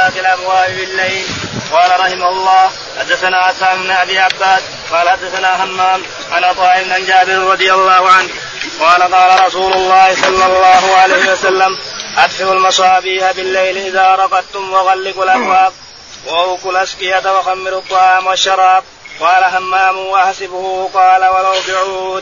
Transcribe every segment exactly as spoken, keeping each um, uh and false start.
إغلاق الأبواب بالليل. قال رحمه الله حدثنا عثمان بن أبي عباد قال حدثنا همام عن عطاء بن جابر رضي الله عنه قال قال رسول الله صلى الله عليه وسلم أطفئوا المصابيح بالليل إذا رقدتم وغلقوا الأبواب وأوكوا الأسقية وخمروا الطعام والشراب. قال همام وأحسبه قال ولو بعود.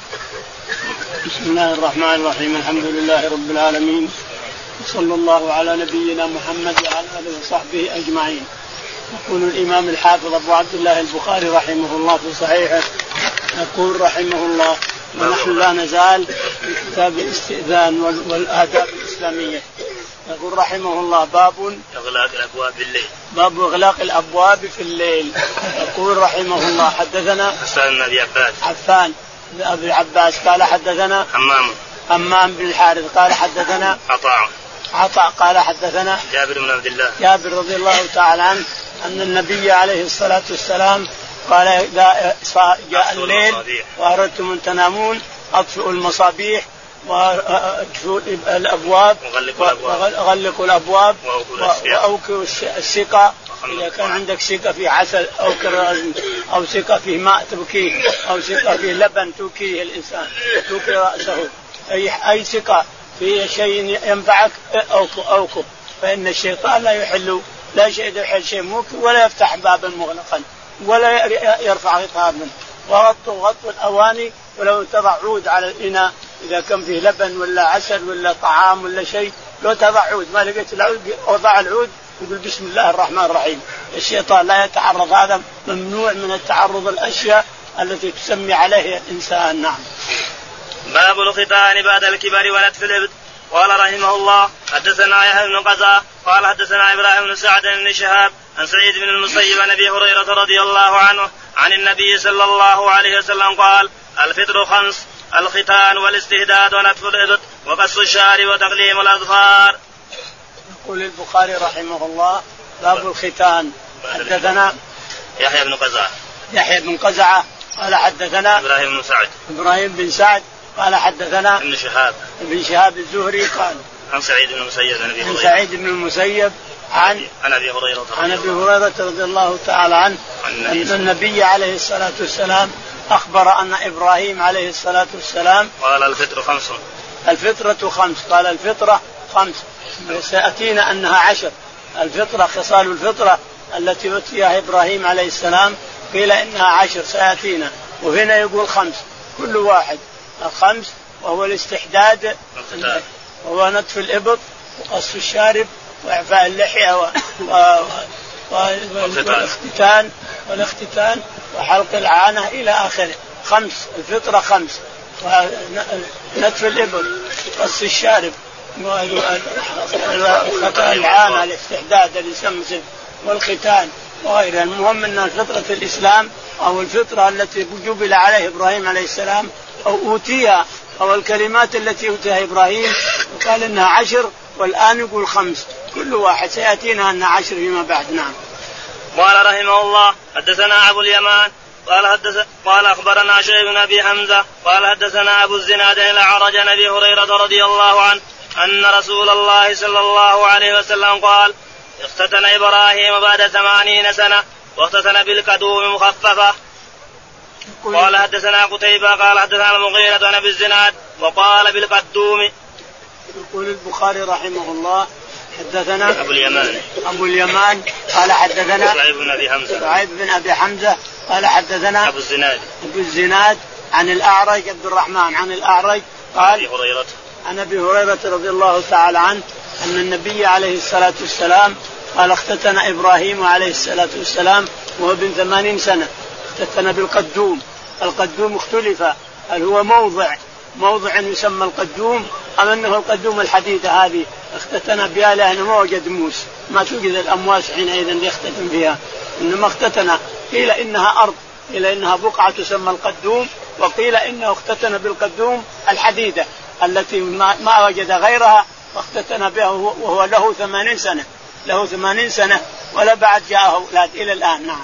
بسم الله الرحمن الرحيم. الحمد لله رب العالمين صلى الله على نبينا محمد وعلى آله وصحبه أجمعين. يقول الإمام الحافظ أبو عبد الله البخاري رحمه الله في صحيحه يقول رحمه الله ونحن لا نزال في كتاب الاستئذان والآداب الإسلامية. يقول رحمه الله باب إغلاق الأبواب بالليل. باب إغلاق الأبواب في الليل. يقول رحمه الله حدثنا عفان بن أبي عباس عفان بن أبي عباس قال حدثنا همام همام بن الحارث قال حدثنا عطاء عطاء قال حدثنا جابر بن عبد الله جابر رضي الله تعالى عنه أن النبي عليه الصلاة والسلام قال إذا جاء الليل وأردتم أن تنامون أطفئوا المصابيح وأكفوا الأبواب وغلقوا الأبواب وأوكوا السقا إذا كان عندك سقا في عسل أو كرز أو سقا فيه ماء تبكيه أو سقا فيه لبن توكيه الإنسان توكي رأسه أي أي سقا في شيء ينفعك أوكو أوكو فإن الشيطان لا يحل لا شيء يحل شيء موكل ولا يفتح بابا مغلقا ولا يرفع غطابا. وغطوا غطوا الأواني ولو تضع عود على الإناء إذا كان فيه لبن ولا عسل ولا طعام ولا شيء لو تضع عود ما لقيت العود وضع العود يقول بسم الله الرحمن الرحيم. الشيطان لا يتعرض هذا ممنوع من التعرض الأشياء التي تسمي عليه الإنسان. نعم. باب الختان بعد الكبر ونتف الإبط. قال رحمه الله حدثنا يحيى بن قزعة قال حدثنا إبراهيم بن سعد بن شهاب عن سعيد بن المسيب عن أبي هريرة رضي الله عنه عن النبي صلى الله عليه وسلم قال الفطر خمس الختان والاستهداد ونتف الإبط وقص الشعر وتقليم الأظفار. يقول البخاري رحمه الله باب الختان. حدثنا يحيى بن قزعة يحيى بن قزعة قال حدثنا إبراهيم بن سعد إبراهيم بن سعد قال حدثنا ابن شهاب ابن شهاب الزهري قال عن سعيد بن المسيب عن عن سعيد بن المسيب عن عن ابي هريره عن ابي هريره رضي الله تعالى عنه ان النبي عليه الصلاه والسلام اخبر ان ابراهيم عليه الصلاه والسلام قال الفطر خمس الفطره خمس قال الفطره خمس سياتينا انها عشر. الفطره خصال الفطره التي اتيها ابراهيم عليه السلام قيل انها عشر سياتينا وهنا يقول خمس كل واحد الخمس وهو الاستحداد وهو نتف الإبط وقص الشارب وإعفاء اللحية و... و... و... والاختتان والاختتان وحلق العانة إلى آخره. خمس الفطرة خمس نتف الإبط قص الشارب وختان العانة الاستحداد الإسمسم والختان وغيرها. المهم أن الفطرة الإسلام أو الفطرة التي جبل عليه إبراهيم عليه السلام أو أوتيها أو الكلمات التي أوتيها إبراهيم وقال إنها عشر والآن يقول خمس كل واحد سيأتينا أنها عشر فيما بعد. نعم. قال رحمه الله حدثنا أبو اليمان قال حدث قال أخبرنا شعيب بن أبي حمزة قال حدثنا أبو الزناد إلى عرج عن أبي هريرة رضي الله عنه أن رسول الله صلى الله عليه وسلم قال اختتن إبراهيم بعد ثمانين سنة واختتن بالكدوم مخففة. قال حدثنا قتيبة قال حدثنا المغيرة عن أبي الزناد وقال بالقدوم. يقول البخاري رحمه الله حدثنا أبو اليمان أبو اليمان قال حدثنا شعيب بن أبي حمزة شعيب بن أبي حمزة قال حدثنا أبو الزناد أبو الزناد عن الأعرج عبد الرحمن عن الأعرج قال هريرة عن أبي هريرة رضي الله تعالى عنه أن النبي عليه الصلاة والسلام قال اختتن إبراهيم عليه الصلاة والسلام وهو ابن ثمانين سنة اختتن بالقدوم. القدوم اختلف هل هو موضع موضع يسمى القدوم أم أنه القدوم الحديدة هذه اختتن بها لأنه ما وجد موس ما توجد الأمواس حينئذ ليختتن فيها إنما اختتن قيل إنها أرض قيل إنها بقعة تسمى القدوم وقيل إنه اختتن بالقدوم الحديدة التي ما وجد غيرها واختتن بها وهو له ثمانين سنة له ثمانين سنة ولا بعد جاءه أولاد إلى الآن. نعم.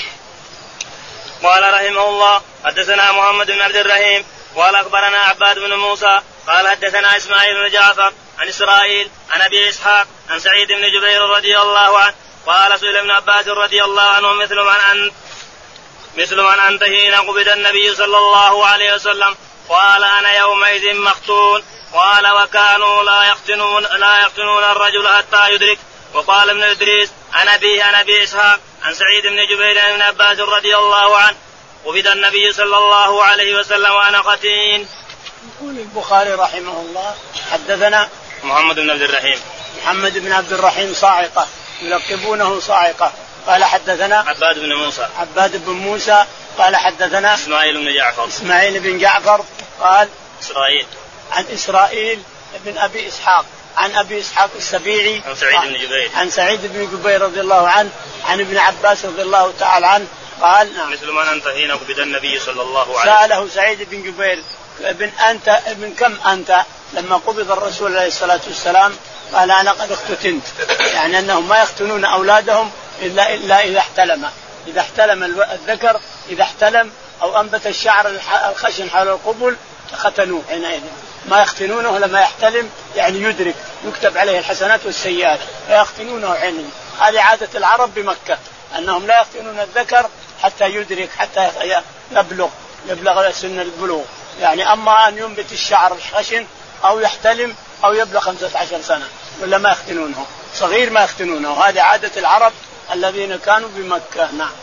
قال رحمه الله حدثنا محمد بن عبد الرحيم قال أخبرنا عباد بن موسى قال حدثنا إسماعيل بن جعفر عن إسرائيل عن أبي إسحاق عن سعيد بن جبير رضي الله عنه قال سئل ابن عباس رضي الله عنه مثل من أنت مثل من أنت حين قبض النبي صلى الله عليه وسلم قال أنا يومئذ مختون قال وكانوا لا يختنون لا يختنون الرجل حتى يدرك. وقال ابن إدريس عن أبيه عن أبي إسحاق عن سعيد بن جبير عن ابن عباس رضي الله عنه قبض النبي صلى الله عليه وسلم وأنا ختين. يقول البخاري رحمه الله حدثنا محمد بن عبد الرحيم محمد بن عبد الرحيم صاعقة يلقبونه صاعقة قال حدثنا عباد بن موسى عباد بن موسى قال حدثنا إسماعيل بن جعفر إسماعيل بن جعفر قال إسرائيل عن إسرائيل بن أبي إسحاق عن أبي إسحاق السبيعي عن سعيد بن جبير عن سعيد بن جبير رضي الله عنه عن ابن عباس رضي الله تعالى عنه قال نعم مثل من أنت حين قبض النبي صلى الله عليه وسلم. سأله سعيد بن جبير ابن أنت ابن كم أنت لما قبض الرسول عليه الصلاة والسلام قال أنا قد اختتنت يعني أنهم ما يختنون أولادهم إلا, إلا إذا احتلم إذا احتلم الذكر إذا احتلم أو أنبت الشعر الخشن حول القبل ختنوه حينئذ ما يختنونه لما يحتلم يعني يدرك يكتب عليه الحسنات والسيئات فيختنونه حينئذ. هذه عادة العرب بمكة أنهم لا يختنون الذكر حتى يدرك حتى يبلغ يبلغ سن البلوغ يعني أما أن ينبت الشعر الخشن أو يحتلم أو يبلغ خمسة عشر سنة ولا ما يختنونه صغير ما يختنونه. هذه عادة العرب الذين كانوا بمكة. نعم.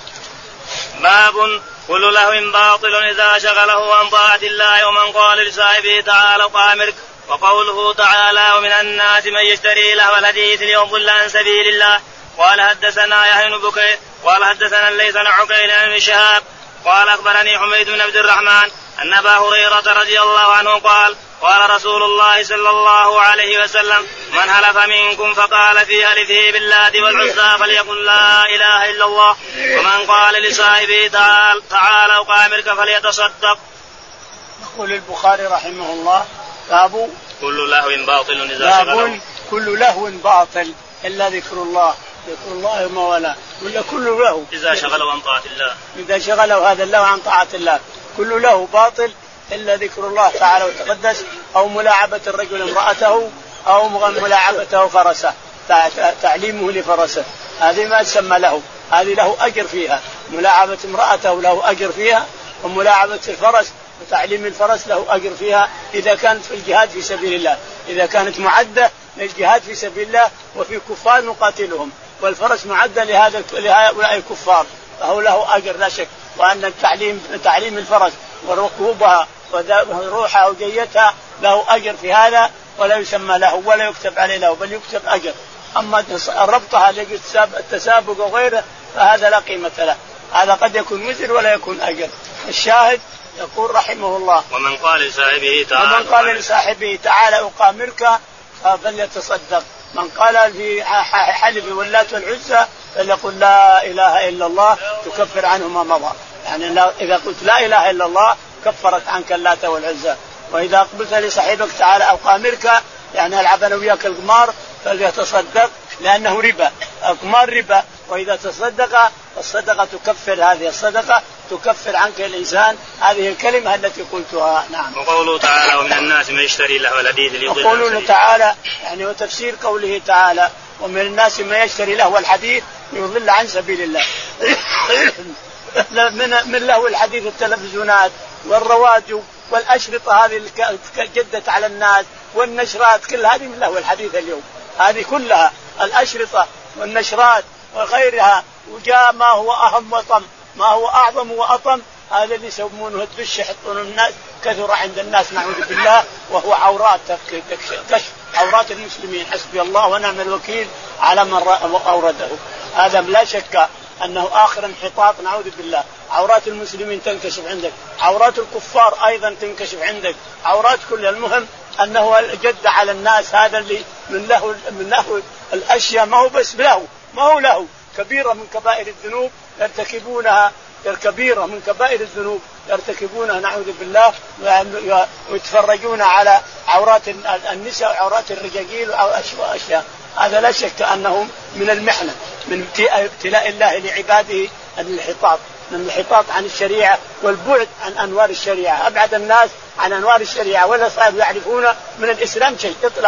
باب كل لهو باطل إذا شغله عن طاعة الله ومن قال لصاحبه تعالى طامرك. وقوله تعالى ومن الناس من يشتري لهو الحديث ليضل عن سبيل الله. قال حدثنا يحيى بن بكير قال حدثنا الليث بن عقيل بن شهاب قال أخبرني حميد بن عبد الرحمن أن أبا هريرة رضي الله عنه قال قال رسول الله صلى الله عليه وسلم من حلف منكم فقال في حلفه باللات والعزى فليقل لا إله إلا الله ومن قال لصاحبه تعال تعال أقامرك فليتصدق. يقول البخاري رحمه الله باب كل لهو باطل إذا شغله كل لهو باطل إلا ذكر الله ذكر الله ما ولا ولا كل له إذا شغله عن طاعة الله إذا شغله هذا اللهو عن طاعة الله كل له باطل إلا ذكر الله تعالى وتقدس أو ملاعبة الرجل امرأته أو ملاعبته فرسه تعليمه لفرسه هذه ما تسمى له هذه له أجر فيها. ملاعبة امرأته له أجر فيها وملاعبة الفرس وتعليم الفرس له أجر فيها إذا كانت في الجهاد في سبيل الله إذا كانت معدة للجهاد في سبيل الله وفي كفار نقاتلهم والفرس معدة لهذا لهؤلاء الكفار فهو له أجر لا شك. وأن التعليم تعليم الفرس وركوبها وروحها وجيتها له أجر في هذا ولا يسمى له ولا يكتب عليه له بل يكتب أجر. أما ربطها التسابق وغيره فهذا لا قيمة له هذا قد يكون وزر ولا يكون أجر. الشاهد يقول رحمه الله ومن قال لصاحبه تعالى ومن قال لصاحبه تعالى أقامرك فليتصدق. من قال في حلف واللات والعزى فليقول لا إله إلا الله تكفر عنه ما مضى يعني إذا قلت لا إله إلا الله كفرت عنك اللات والعزى. وإذا قلت لصاحبك تعالى أقامرك يعني ألعب أنا وياك القمار فليتصدق لأنه ربا القمار ربا وإذا تصدق الصدقة تكفر هذه الصدقة تكفر عنك الإنسان هذه الكلمة التي قلتها. نعم. وقوله تعالى ومن الناس من يشتري له الحديث ليضل. وقوله تعالى يعني وتفسير قوله تعالى ومن الناس من يشتري له الحديث ليضل عن سبيل الله. من من له الحديث التلفزيونات والرواديو والأشرطة هذه اللي جدت على الناس والنشرات كل هذه من له الحديث اليوم هذه كلها الأشرطة والنشرات وغيرها وجاء ما هو أهم وطم ما هو أعظم وأطم هذا اللي يسمونه الدش يحطون الناس كثر عند الناس نعوذ بالله وهو عورات كشف عورات المسلمين حسبي الله ونعم الوكيل على من أورده. هذا لا شك أنه آخر انحطاط نعوذ بالله. عورات المسلمين تنكشف عندك عورات الكفار أيضا تنكشف عندك عورات كل المهم أنه جد على الناس هذا اللي من له من له الأشياء ما هو بس له ما هو له كبيرة من كبائر الذنوب يرتكبونها كبيرة من كبائر الذنوب يرتكبونها نعوذ بالله ويتفرجون على عورات النساء وعورات الرجال وأشياء. هذا لا شك أنه من المحنة من ابتلاء الله لعباده الانحطاط من الانحطاط عن الشريعة والبعد عن أنوار الشريعة. أبعد الناس عن أنوار الشريعة ولا صاروا يعرفون من الإسلام شيء إطلاقا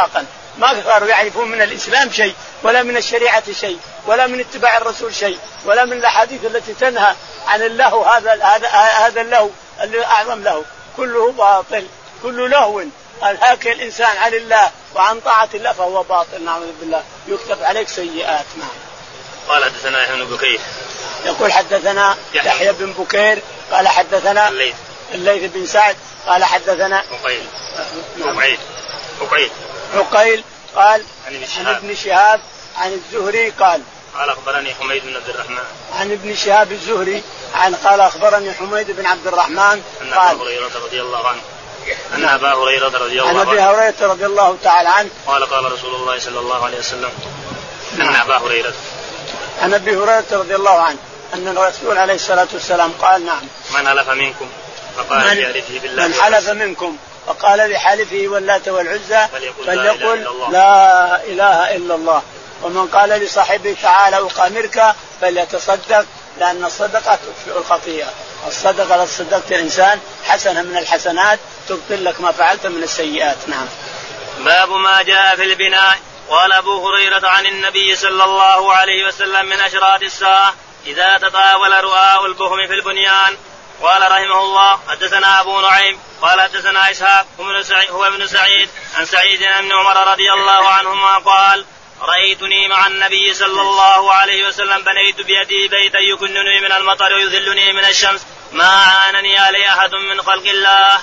ما صاروا يعرفون من الإسلام شيء ولا من الشريعة شيء ولا من اتباع الرسول شيء ولا من الأحاديث التي تنهى عن اللهو. هذا هذا هذا اللهو اللي أعظم له كله باطل، كل لهو الهاكي الإنسان عن الله وعن طاعة الله فهو باطل. نعوذ بالله، يكتب عليك سيئات. نعم. قال حدثنا يحيى بن بكير يقول حدثنا يحيى بن بكير قال حدثنا الليث الليث بن سعد قال حدثنا عقيل عقيل عقيل عقيل قال عن عن ابن شهاب عن الزهري قال قال أخبرني حميد بن عبد الرحمن عن ابن شهاب الزهري عن قال أخبرني حميد بن عبد الرحمن أن أبا هريرة رضي الله عنه أن أبا هريرة رضي الله عنه عن أبي هريرة رضي الله تعالى عنه قال قال رسول الله صلى الله عليه وسلم أن أبا هريرة عن أبي هريرة رضي الله عنه أن الرسول عليه الصلاة والسلام قال نعم من حلف منكم فقال بحلفه بالله من حلف منكم فقال بحلفه واللات والعزى فليقل, فليقل لا إله إلا الله. ومن قال لصاحبه تعالى أقامرك فليتصدق لأن الصدقة تطفئ الخطيئة. الصدقة لو صدقت الإنسان حسنة من الحسنات تبطل لك ما فعلت من السيئات. نعم. باب ما جاء في البناء. قال أبو هريرة عن النبي صلى الله عليه وسلم من أشراط الساعة إذا تطاول رؤاء البهم في البنيان. قال رحمه الله حدثنا أبو نعيم قال حدثنا إسحاق هو ابن سعيد عن سعيد بن عمر رضي الله عنهما قال رأيتني مع النبي صلى الله عليه وسلم بنيت بيدي بيتا يكنني من المطر ويذلني من الشمس ما عانني عليه أحد من خلق الله.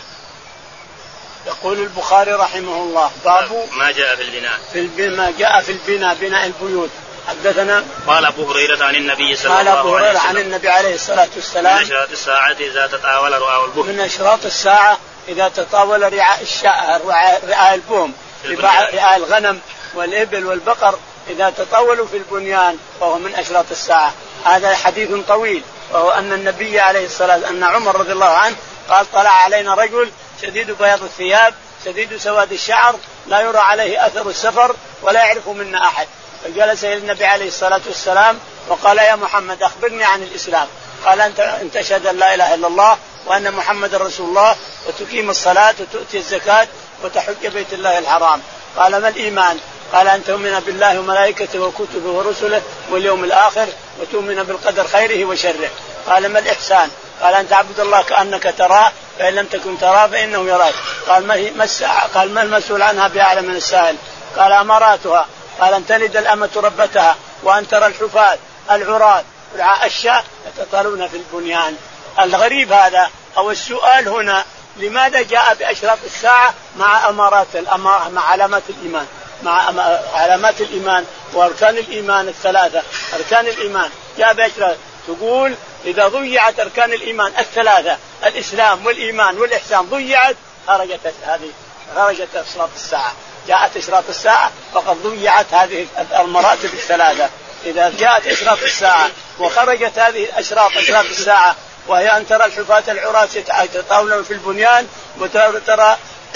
يقول البخاري رحمه الله باب ما جاء في البناء في ما جاء في البناء بناء البيوت. حدثنا قال أبو هريرة عن النبي صلى قال الله أبو عليه هريرة وسلم عن النبي عليه الصلاة والسلام من أشراط الساعة إذا تطاول رؤاء البهم من أشراط الساعة إذا تطاول رعاء الشاء رعاء البهم رعاء الغنم والإبل والبقر إذا تطاولوا في البنيان فهو من أشراط الساعة. هذا حديث طويل وهو أن النبي عليه الصلاة أن عمر رضي الله عنه قال طلع علينا رجل شديد بياض الثياب شديد سواد الشعر لا يرى عليه أثر السفر ولا يعرف منا أحد. فجلس إلى النبي عليه الصلاة والسلام وقال يا محمد أخبرني عن الإسلام. قال أنت أن تشهد أن لا إله إلا الله وأن محمد رسول الله وتقيم الصلاة وتؤتي الزكاة وتحج بيت الله الحرام. قال ما الإيمان؟ قال أن تؤمن بالله وملائكته وكتبه ورسله واليوم الآخر وتؤمن بالقدر خيره وشره. قال ما الإحسان؟ قال أن تعبد الله كأنك تراه فإن لم تكن تراه فإنه يراك. قال ما الساعة؟ قال ما المسؤول عنها بأعلم من السائل؟ قال أماراتها. قال أن تلد الأمة ربتها وأن ترى الحفاة العراة رعاء الشاة يتطاولون في البنيان. الغريب هذا أو السؤال هنا لماذا جاء بأشراط الساعة مع أمارات الأمارة مع علامات الإيمان مع علامات الإيمان وأركان الإيمان الثلاثة. أركان الإيمان جاء بأشراط تقول إذا ضيعت أركان الإيمان الثلاثة الإسلام والإيمان والإحسان ضيعت خرجت هذه خرجت أشراط الساعة. جاءت أشراط الساعة فقد ضيعت هذه المراتب الثلاثة. إذا جاءت أشراط الساعة وخرجت هذه الأشراط أشراط الساعة وهي أن ترى الحفاة العراة يتطاولون في البنيان وترى ترى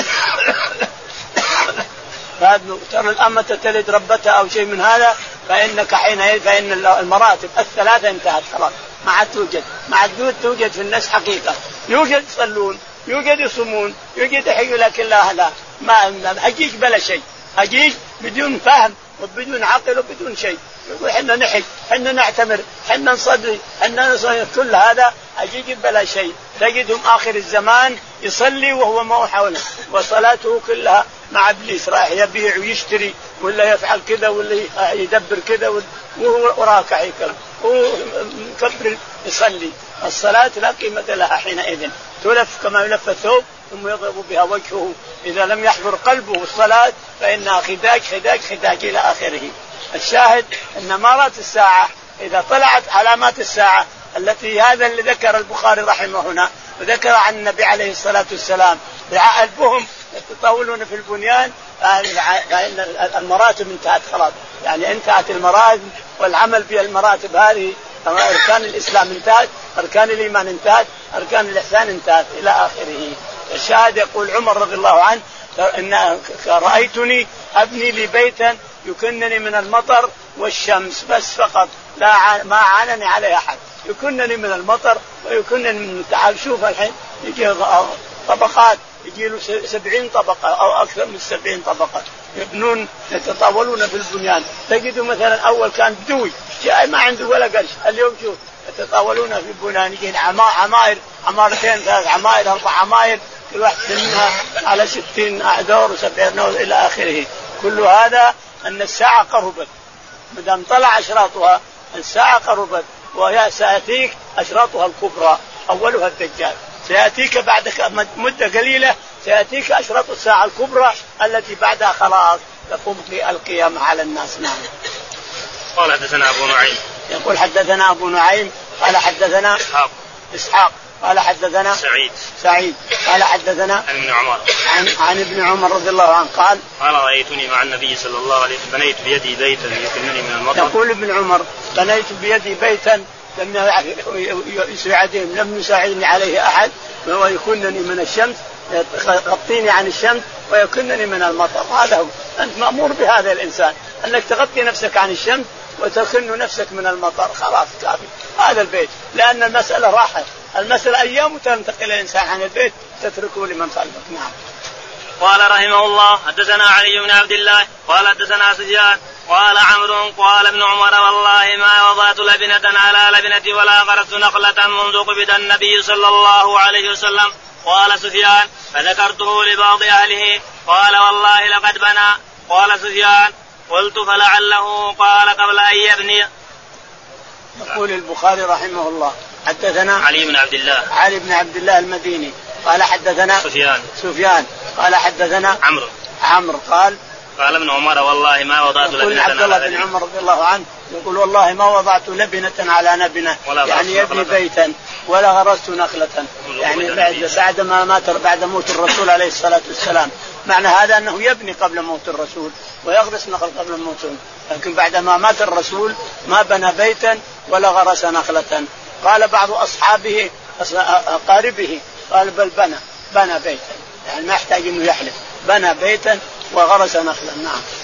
ترى الأمة تلد ربتها أو شيء من هذا فإنك حينئذ فإن المراتب الثلاثة انتهت خلاص ما عاد توجد ما عاد توجد في الناس حقيقة. يوجد يصلون يوجد يصومون يوجد يحيوا لكن لا لا ما حجيج بلا شيء حجيج بدون فهم وبدون عقل وبدون شيء. يقول حنا نحج حنا نعتمر حنا نصلي حنا نصلي كل هذا حجيج بلا شيء. تجدهم آخر الزمان يصلي وهو ما حوله وصلاته كلها مع إبليس رايح يبيع ويشتري ولا يفعل كذا ولا يدبر كذا وهو راكع هيك ومكبر يصلي. الصلاة لا قيمة لها حينئذ تلف كما يلف الثوب ثم يضرب بها وجهه. إذا لم يحضر قلبه الصلاة فإنها خداج خداج خداج إلى آخره. الشاهد أن أمارات الساعة إذا طلعت علامات الساعة التي هذا اللي ذكر البخاري رحمه هنا وذكر عن النبي عليه الصلاة والسلام رعاء البهم يتطاولون في البنيان فإن المراتب انتهت خلاص. يعني انتهت المراتب والعمل بالمراتب هذه. أركان الإسلام انتهت أركان الإيمان انتهت أركان الإحسان انتهت إلى آخره. الشاهد يقول عمر رضي الله عنه إن رأيتني أبني لي بيتا يكنني من المطر والشمس بس فقط لا ما عانني عليه أحد. يكنني من المطر ويكنني من تعال شوف الحين يجي طبقات يجي له سبعين طبقة أو أكثر من سبعين طبقة يبنون يتطاولون في البنيان. تجدوا مثلا أول كان بدوي جاي ما عنده ولا قرش، اليوم شوف يتطاولون في البنيان، يجين عماير عمارتين ثلاث عماير أربع عماير كل واحد منها على ستين دور وسبعين دور إلى آخره. كل هذا أن الساعة قربت، مدام طلع أشراطها الساعة قربت، وهي سيأتيك أشراطها الكبرى أولها الدجال. سيأتيك بعد مدة قليلة سيأتيك أشراط الساعة الكبرى التي بعدها خلاص تقوم في القيامة على الناس. نعم. قال حدثنا أبو نعيم. يقول حدثنا أبو نعيم قال حدثنا إسحاق. إسحاق قال حدثنا سعيد. سعيد قال حدثنا عن ابن عمر. عن, عن ابن عمر رضي الله عنه قال قال رأيتني مع النبي صلى الله عليه وسلم بنيت بيدي بيتا يكنني من المطر. يقول ابن عمر بنيت بيدي بيتا لم يساعدني لم يساعدني عليه أحد ويكنني من الشمس، يغطيني عن الشمس ويكنني من المطر. هذا هو، أنت مأمور بهذا الإنسان أنك تغطي نفسك عن الشمس وتكن نفسك من المطر، خلاص كافي هذا البيت، لأن المسألة راحت، المسألة أيام تنتقل الإنسان عن البيت تتركه لمن خلفك. نعم. قال رحمه الله حدثنا علي بن عبد الله قال حدثنا سفيان قال عمرو قال ابن عمر والله ما وضعت لبنة على لبنة ولا غرست نخلة منذ قبض النبي صلى الله عليه وسلم. قال سفيان فذكرته لبعض أهله قال والله لقد بنى. قال سفيان قلت فلعله قال قبل أن يبني. يقول البخاري رحمه الله حدثنا علي بن عبد الله علي بن عبد الله المديني قال حدثنا سفيان سفيان قال حدثنا عمرو عمرو قال قال ابن عمر والله ما وضعت لبنة عبد الله بن عمر رضي الله عنه يقول والله ما وضعت لبنة على نبنة يعني يبني بيتا ولا غرست نخلة يعني بعد بعد ما مات بعد موت الرسول عليه الصلاة والسلام. معنى هذا أنه يبني قبل موت الرسول ويغرس نخل قبل موته، لكن بعد ما مات الرسول ما بنى بيتا ولا غرس نخلة. قال بعض أصحابه أقاربه قال بل بنى بنى بيتا، يعني ما يحتاج إنه يحلف، بنى بيتا وغرس نخلا. نعم.